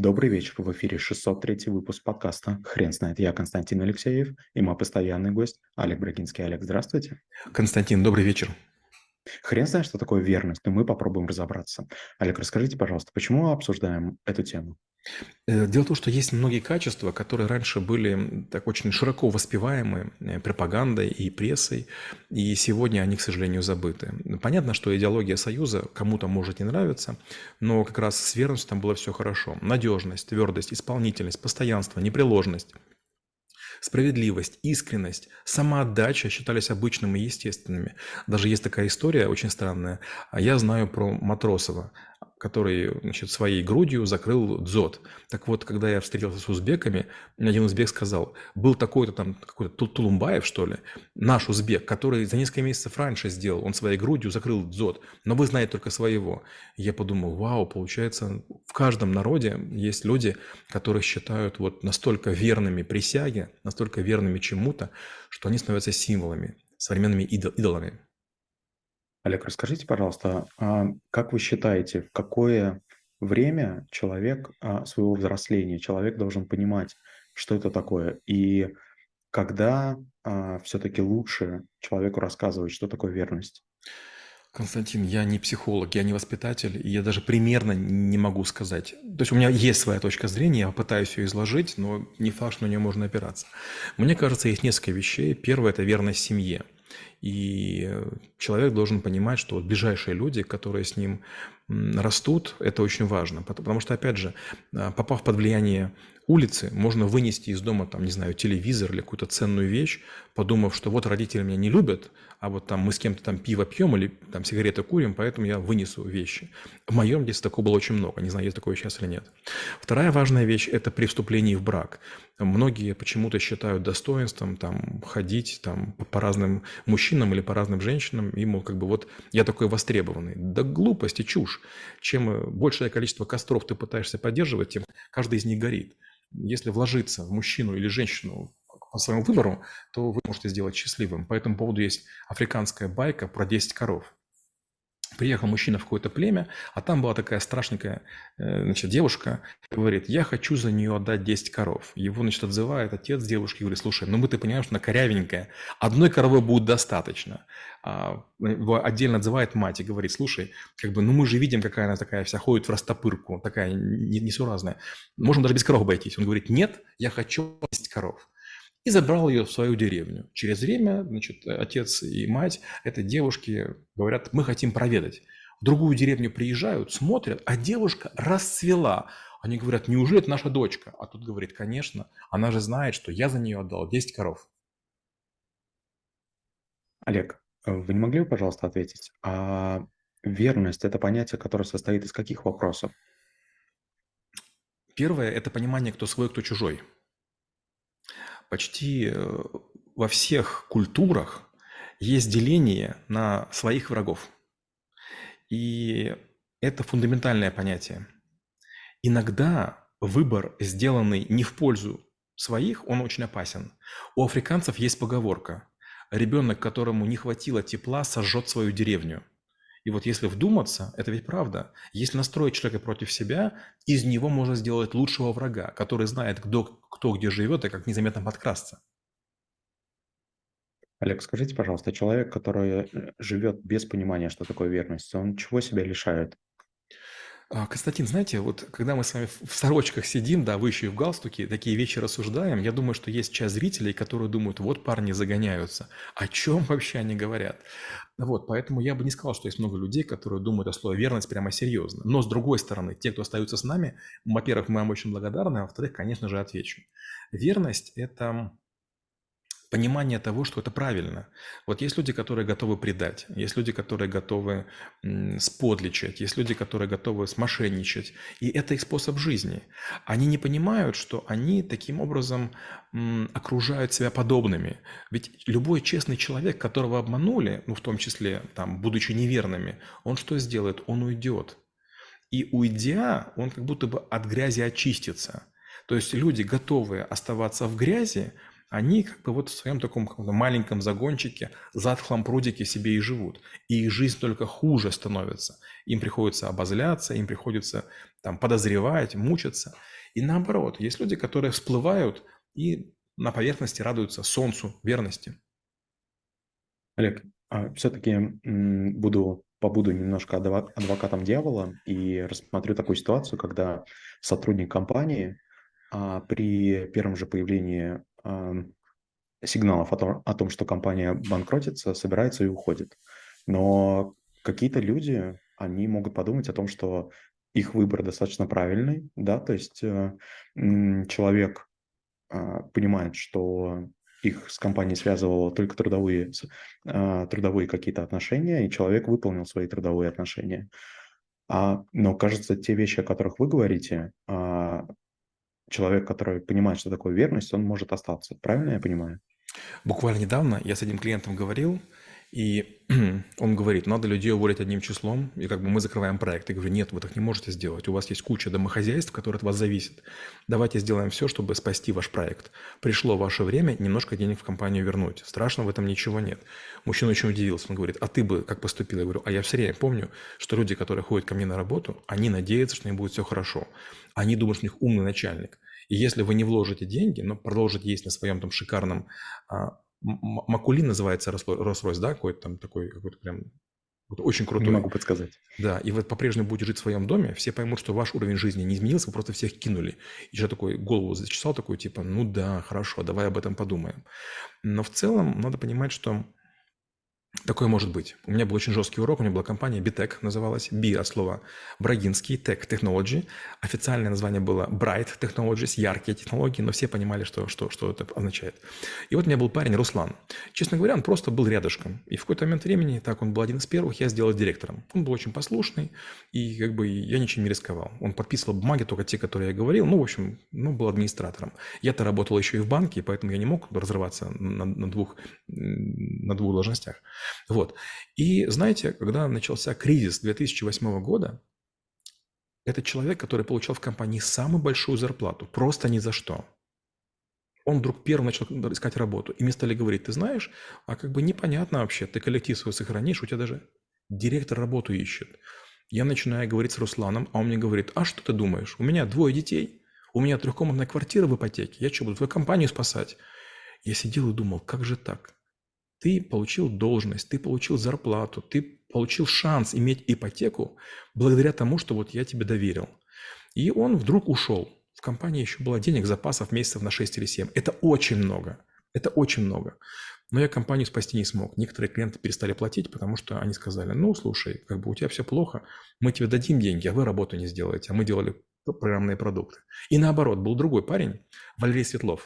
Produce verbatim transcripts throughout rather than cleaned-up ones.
Добрый вечер. В эфире шестьсот третий выпуск подкаста «Хрен знает». Я Константин Алексеев и мой постоянный гость Олег Брагинский. Олег, здравствуйте. Константин, добрый вечер. Хрен знает, что такое верность, но мы попробуем разобраться. Олег, расскажите, пожалуйста, почему мы обсуждаем эту тему? Э, Дело в том, что есть многие качества, которые раньше были м, так очень широко воспеваемы э, пропагандой и прессой, и сегодня они, к сожалению, забыты. Понятно, что идеология Союза кому-то может не нравиться, но как раз с верностью там было все хорошо. Надежность, твердость, исполнительность, постоянство, непреложность. Справедливость, искренность, самоотдача считались обычными и естественными. Даже есть такая история очень странная. А Я знаю про Матросова, который, значит, своей грудью закрыл дзот. Так вот, когда я встретился с узбеками, мне один узбек сказал, был такой-то там, какой-то Ту- Тулумбаев, что ли, наш узбек, который за несколько месяцев раньше сделал, он своей грудью закрыл дзот, но вы знаете только своего. Я подумал, вау, получается, в каждом народе есть люди, которые считают вот настолько верными присяге, настолько верными чему-то, что они становятся символами, современными идол- идолами. Олег, расскажите, пожалуйста, а как вы считаете, в какое время человек а, своего взросления, человек должен понимать, что это такое, и когда все-таки лучше человеку рассказывать, что такое верность? Константин, я не психолог, я не воспитатель, и я даже примерно не могу сказать. То есть у меня есть своя точка зрения, я пытаюсь ее изложить, но не факт, что на нее можно опираться. Мне кажется, есть несколько вещей. Первое – это верность семье. И э, человек должен понимать, что вот ближайшие люди, которые с ним м, растут, это очень важно. Пот- Потому что, опять же, а, попав под влияние улицы, можно вынести из дома, там, не знаю, телевизор или какую-то ценную вещь, подумав, что вот родители меня не любят, а вот там мы с кем-то там пиво пьем или там сигареты курим, поэтому я вынесу вещи. В моем детстве такого было очень много, не знаю, есть такое сейчас или нет. Вторая важная вещь – это при вступлении в брак. Многие почему-то считают достоинством там ходить там по по разным мужчинам или по разным женщинам, и, мол, как бы вот я такой востребованный. Да глупость и чушь. Чем э, большее количество костров ты пытаешься поддерживать, тем каждый из них горит. Если вложиться в мужчину или женщину по своему выбору, то вы можете сделать счастливым. По этому поводу есть африканская байка про десять коров. Приехал мужчина в какое-то племя, а там была такая страшненькая э, значит, девушка, говорит, я хочу за нее отдать десять коров. Его, значит, отзывает отец девушки, говорит, слушай, ну мы ты понимаешь, что она корявенькая, одной коровы будет достаточно. А, его отдельно отзывает мать и говорит, слушай, как бы, ну мы же видим, какая она такая вся, ходит в растопырку, такая не- несуразная. Можем даже без коров обойтись. Он говорит, нет, я хочу десять коров и забрал ее в свою деревню. Через время, значит, отец и мать этой девушки говорят, мы хотим проведать. В другую деревню приезжают, смотрят, а девушка расцвела. Они говорят, неужели это наша дочка? А тут говорит, конечно, она же знает, что я за нее отдал десять коров. Олег, э, вы не могли бы, пожалуйста, ответить, а верность – это понятие, которое состоит из каких вопросов? Первое – это понимание, кто свой, кто чужой. Почти э, во всех культурах есть деление на своих врагов. И это фундаментальное понятие. Иногда выбор, сделанный не в пользу своих, он очень опасен. У африканцев есть поговорка: ребенок, которому не хватило тепла, сожжет свою деревню. И вот если вдуматься, это ведь правда. Если настроить человека против себя, из него можно сделать лучшего врага, который знает, кто, кто где живет и как незаметно подкрасться. Олег, скажите, пожалуйста, человек, который э, живет без понимания, что такое верность, он чего себя лишает? А, Константин, знаете, вот когда мы с вами в в сорочках сидим, да, вы еще и в галстуке, такие вещи рассуждаем, я думаю, что есть часть зрителей, которые думают, вот парни загоняются. О чем вообще они говорят? Вот, поэтому я бы не сказал, что есть много людей, которые думают о слове верность прямо серьезно. Но с другой стороны, те, кто остаются с нами, во-первых, мы вам очень благодарны, а во-вторых, конечно же, отвечу. Верность – это понимание того, что это правильно. Вот есть люди, которые готовы предать, есть люди, которые готовы м, сподличать, есть люди, которые готовы смошенничать, и это их способ жизни. Они не понимают, что они таким образом м, окружают себя подобными. Ведь любой честный человек, которого обманули, ну в том числе, там, будучи неверными, он что сделает? Он уйдет. И уйдя, он как будто бы от грязи очистится. То есть люди, готовые оставаться в грязи, они как бы вот в своем таком каком-то маленьком загончике, затхлом прудике себе и живут. И их жизнь только хуже становится. Им приходится обозляться, им приходится там подозревать, мучиться. И наоборот, есть люди, которые всплывают и на поверхности радуются солнцу верности. Олег, все-таки буду, побуду немножко адва- адвокатом дьявола и рассмотрю такую ситуацию, когда сотрудник компании а, при первом же появлении ам, сигналов о том, о том, что компания банкротится, собирается и уходит. Но какие-то люди, они могут подумать о том, что их выбор достаточно правильный, да, то есть э, м, человек а, понимает, что их с компанией связывало только трудовые, с- а, трудовые какие-то отношения, и человек выполнил свои трудовые отношения. А, но, кажется, те вещи, о которых вы говорите, а, человек, который понимает, что такое верность, он может остаться. Правильно я понимаю? Буквально недавно я с одним клиентом говорил, и он говорит, надо людей уволить одним числом, и как бы мы закрываем проект. Я говорю, нет, вы так не можете сделать. У вас есть куча домохозяйств, которые от вас зависят. Давайте сделаем все, чтобы спасти ваш проект. Пришло ваше время немножко денег в компанию вернуть. Страшно в этом ничего нет. Мужчина очень удивился. Он говорит, а ты бы как поступил? Я говорю, а я все время помню, что люди, которые ходят ко мне на работу, они надеются, что им будет все хорошо. Они думают, что у них умный начальник. И если вы не вложите деньги, но продолжите есть на своем там шикарном а, М- Макулин называется Rolls-Royce, да, какой-то там такой, какой-то прям вот очень Не крутой. могу подсказать. Да, и вы по-прежнему будете жить в своем доме, все поймут, что ваш уровень жизни не изменился, вы просто всех кинули. И же такой голову зачесал, такой типа, ну да, хорошо, давай об этом подумаем. Но в целом надо понимать, что такое может быть. У меня был очень жесткий урок, у меня была компания Bitec, называлась B от слова Брагинский, Tech Technology. Официальное название было Bright Technologies, яркие технологии, но все понимали, что, что, что это означает. И вот у меня был парень Руслан. Честно говоря, он просто был рядышком. И в какой-то момент времени, так он был один из первых, я сделал директором. Он был очень послушный, и как бы я ничем не рисковал. Он подписывал бумаги, только те, которые я говорил. Ну, в общем, ну, был администратором. Я-то работал еще и в банке, поэтому я не мог разрываться на, на, двух, на двух должностях. Вот. И знаете, когда начался кризис две тысячи восьмого года, этот человек, который получал в компании самую большую зарплату, просто ни за что, он вдруг первым начал искать работу. И мне стали говорить, ты знаешь, а как бы непонятно вообще, ты коллектив свой сохранишь, у тебя даже директор работу ищет. Я начинаю говорить с Русланом, а он мне говорит, а что ты думаешь, у меня двое детей, у меня трехкомнатная квартира в ипотеке, я что, буду твою компанию спасать? Я сидел и думал, как же так? Ты получил должность, ты получил зарплату, ты получил шанс иметь ипотеку благодаря тому, что вот я тебе доверил. И он вдруг ушел. В компании еще было денег, запасов месяцев на шесть или семь. Это очень много. Это очень много. Но я компанию спасти не смог. Некоторые клиенты перестали платить, потому что они сказали, ну, слушай, как бы у тебя все плохо, мы тебе дадим деньги, а вы работу не сделаете, а мы делали программные продукты. И наоборот, был другой парень, Валерий Светлов.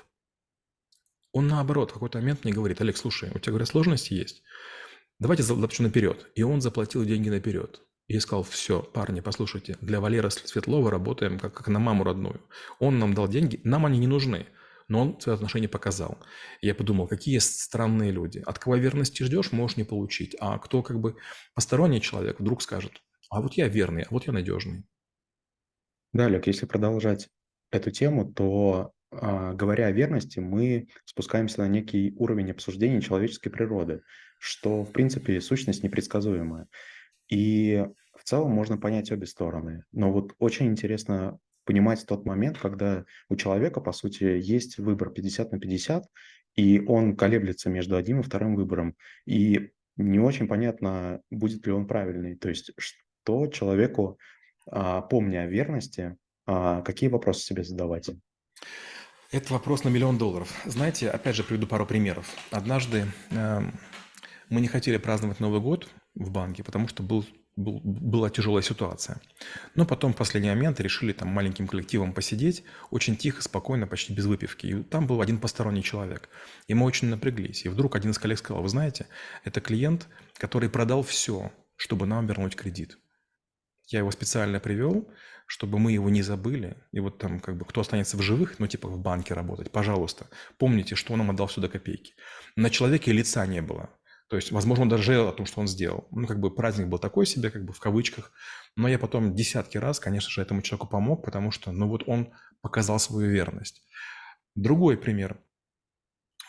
Он наоборот в какой-то момент мне говорит, Олег, слушай, у тебя, говорят, сложности есть? Давайте заплачу наперед. И он заплатил деньги наперед. И я сказал, все, парни, послушайте, для Валеры Светлова работаем как, как на маму родную. Он нам дал деньги, нам они не нужны, но он свои отношения показал. И я подумал, какие странные люди. От кого верности ждешь, можешь не получить. А кто как бы посторонний человек вдруг скажет, а вот я верный, а вот я надежный. Да, Олег, если продолжать эту тему, то, а, говоря о верности, мы спускаемся на некий уровень обсуждения человеческой природы, что, в принципе, сущность непредсказуемая. И в целом можно понять обе стороны. Но вот очень интересно понимать тот момент, когда у человека, по сути, есть выбор пятьдесят на пятьдесят, и он колеблется между одним и вторым выбором. И не очень понятно, будет ли он правильный. То есть что человеку, а, помня о верности, а, какие вопросы себе задавать? Это вопрос на миллион долларов. Знаете, опять же приведу пару примеров. Однажды эм, мы не хотели праздновать Новый год в банке, потому что был, был- была тяжелая ситуация. Но потом в последний момент решили там маленьким коллективом посидеть, очень тихо, спокойно, почти без выпивки. И там был один посторонний человек. И мы очень напряглись. И вдруг один из коллег сказал, вы знаете, это клиент, который продал все, чтобы нам вернуть кредит. Я его специально привел, чтобы мы его не забыли. И вот там как бы кто останется в живых, ну типа в банке работать, пожалуйста, помните, что он нам отдал все до копейки. На человеке лица не было. То есть, возможно, он даже жалел о том, что он сделал. Ну, как бы праздник был такой себе, как бы в кавычках. Но я потом десятки раз, конечно же, этому человеку помог, потому что, ну вот он показал свою верность. Другой пример.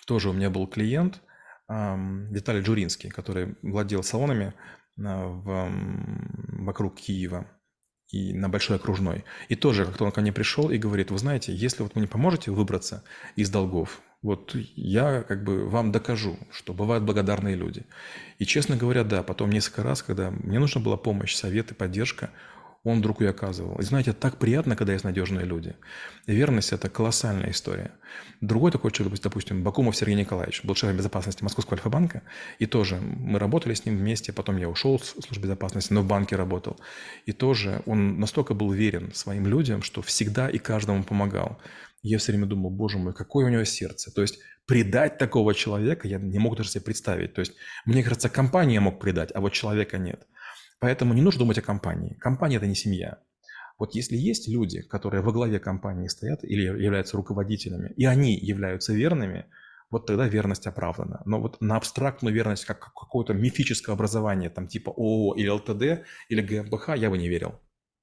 Тоже у меня был клиент, ам, Виталий Джуринский, который владел салонами а, в, м, вокруг Киева и на Большой Окружной. И тоже как-то он ко мне пришел и говорит: вы знаете, если вот вы не поможете выбраться из долгов, вот я как бы вам докажу, что бывают благодарные люди. И, честно говоря, да, потом несколько раз, когда мне нужна была помощь, совет и поддержка, он вдруг ее оказывал. И знаете, так приятно, когда есть надежные люди. И верность – это колоссальная история. Другой такой человек, допустим, Бакумов Сергей Николаевич, был шефом безопасности Московского Альфа-банка. И тоже мы работали с ним вместе, потом я ушел с службы безопасности, но в банке работал. И тоже он настолько был верен своим людям, что всегда и каждому помогал. Я все время думал: боже мой, какое у него сердце. То есть предать такого человека я не мог даже себе представить. То есть мне кажется, компания мог предать, а вот человека нет. Поэтому не нужно думать о компании. Компания – это не семья. Вот если есть люди, которые во главе компании стоят или являются руководителями, и они являются верными, вот тогда верность оправдана. Но вот на абстрактную верность, как какое-то мифическое образование, там типа ООО или ЛТД или ГМБХ, я бы не верил.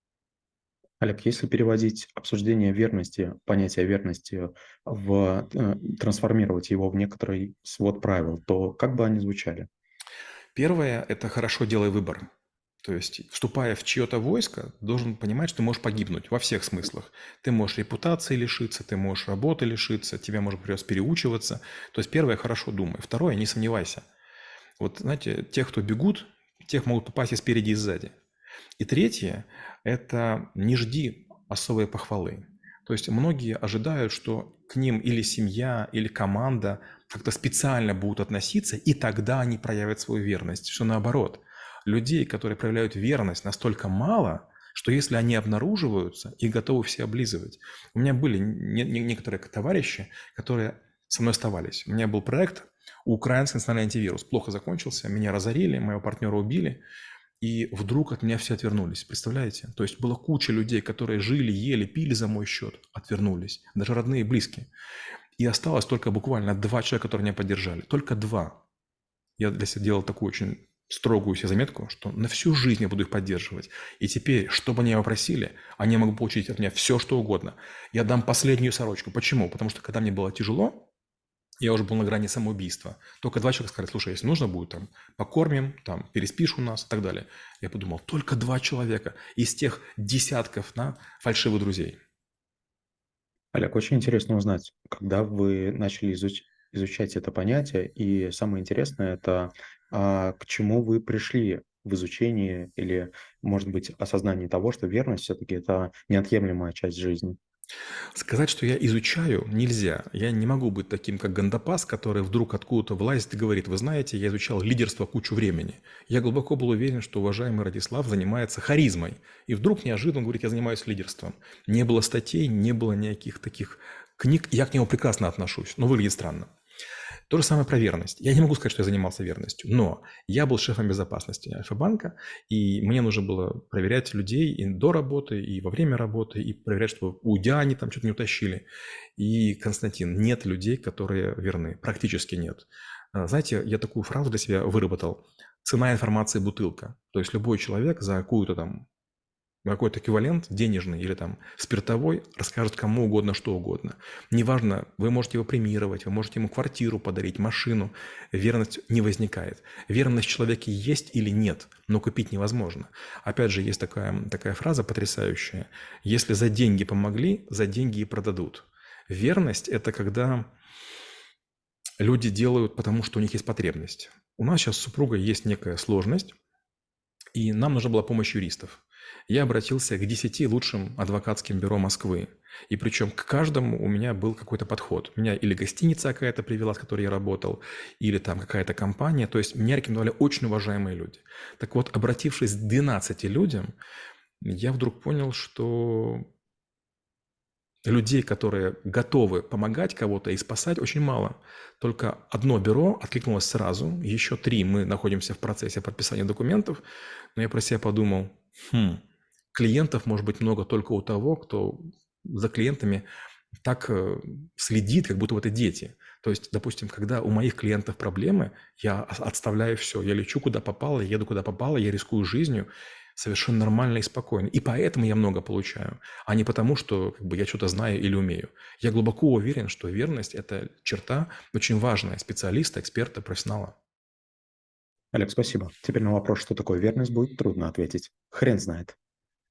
Олег, если переводить обсуждение верности, понятие верности, в, э, трансформировать его в некоторый свод правил, то как бы они звучали? Первое – это хорошо делай выбор. То есть, вступая в чье-то войско, должен понимать, что ты можешь погибнуть во всех смыслах. Ты можешь репутации лишиться, ты можешь работы лишиться, тебе может придется переучиваться. То есть, первое – хорошо думай. Второе – не сомневайся. Вот, знаете, тех, кто бегут, тех могут попасть и спереди, и сзади. И третье – это не жди особой похвалы. То есть многие ожидают, что к ним или семья, или команда как-то специально будут относиться, и тогда они проявят свою верность. Что наоборот, людей, которые проявляют верность, настолько мало, что если они обнаруживаются, их готовы все облизывать. У меня были не- не- некоторые товарищи, которые со мной оставались. У меня был проект «Украинский национальный антивирус». Плохо закончился, меня разорили, моего партнера убили. И вдруг от меня все отвернулись, представляете? То есть была куча людей, которые жили, ели, пили за мой счет, отвернулись, даже родные и близкие. И осталось только буквально два человека, которые меня поддержали. Только два. Я для себя делал такую очень строгую себе заметку, что на всю жизнь я буду их поддерживать. И теперь, что бы они меня попросили, они могут получить от меня все, что угодно. Я дам последнюю сорочку. Почему? Потому что когда мне было тяжело, я уже был на грани самоубийства. Только два человека сказали: слушай, если нужно будет, там, покормим, там, переспишь у нас и так далее. Я подумал, только два человека из тех десятков на фальшивых друзей. Олег, очень интересно узнать, когда вы начали изуч- изучать это понятие, и самое интересное, это а, к чему вы пришли в изучении или, может быть, осознании того, что верность все-таки это неотъемлемая часть жизни. Сказать, что я изучаю, нельзя. Я не могу быть таким, как Гандапас, который вдруг откуда-то вылазит и говорит: вы знаете, я изучал лидерство кучу времени. Я глубоко был уверен, что уважаемый Радислав занимается харизмой. И вдруг неожиданно говорит: я занимаюсь лидерством. Не было статей, не было никаких таких книг. Я к нему прекрасно отношусь, но выглядит странно. То же самое про верность. Я не могу сказать, что я занимался верностью, но я был шефом безопасности Альфа-банка, и мне нужно было проверять людей и до работы, и во время работы, и проверять, чтобы уйдя они там что-то не утащили. И, Константин, нет людей, которые верны. Практически нет. А, Знаете, я такую фразу для себя выработал. Цена информации – бутылка. То есть любой человек за какую-то там какой-то эквивалент денежный или там спиртовой расскажет кому угодно, что угодно. Неважно, вы можете его премировать, вы можете ему квартиру подарить, машину. Верность не возникает. Верность в человеке есть или нет, но купить невозможно. Опять же, есть такая, такая фраза потрясающая. Если за деньги помогли, за деньги и продадут. Верность – это когда люди делают, потому что у них есть потребность. У нас сейчас с супругой есть некая сложность, и нам нужна была помощь юристов. Я обратился к десяти лучшим адвокатским бюро Москвы. И причем к каждому у меня был какой-то подход. Меня или гостиница какая-то привела, с которой я работал, или там какая-то компания. То есть меня рекомендовали очень уважаемые люди. Так вот, обратившись к двенадцати людям, я вдруг понял, что людей, которые готовы помогать кого-то и спасать, очень мало. Только одно бюро откликнулось сразу, еще три мы находимся в процессе подписания документов, но я про себя подумал: хм, клиентов может быть много только у того, кто за клиентами так э, следит, как будто это дети. То есть, допустим, когда у моих клиентов проблемы, я отставляю все, я лечу куда попало, еду куда попало, я рискую жизнью. совершенно нормально и спокойно. И поэтому я много получаю, а не потому, что как бы, я что-то знаю или умею. Я глубоко уверен, что верность – это черта очень важная специалиста, эксперта, профессионала. Олег, спасибо. Теперь на вопрос, что такое верность, будет трудно ответить. Хрен знает.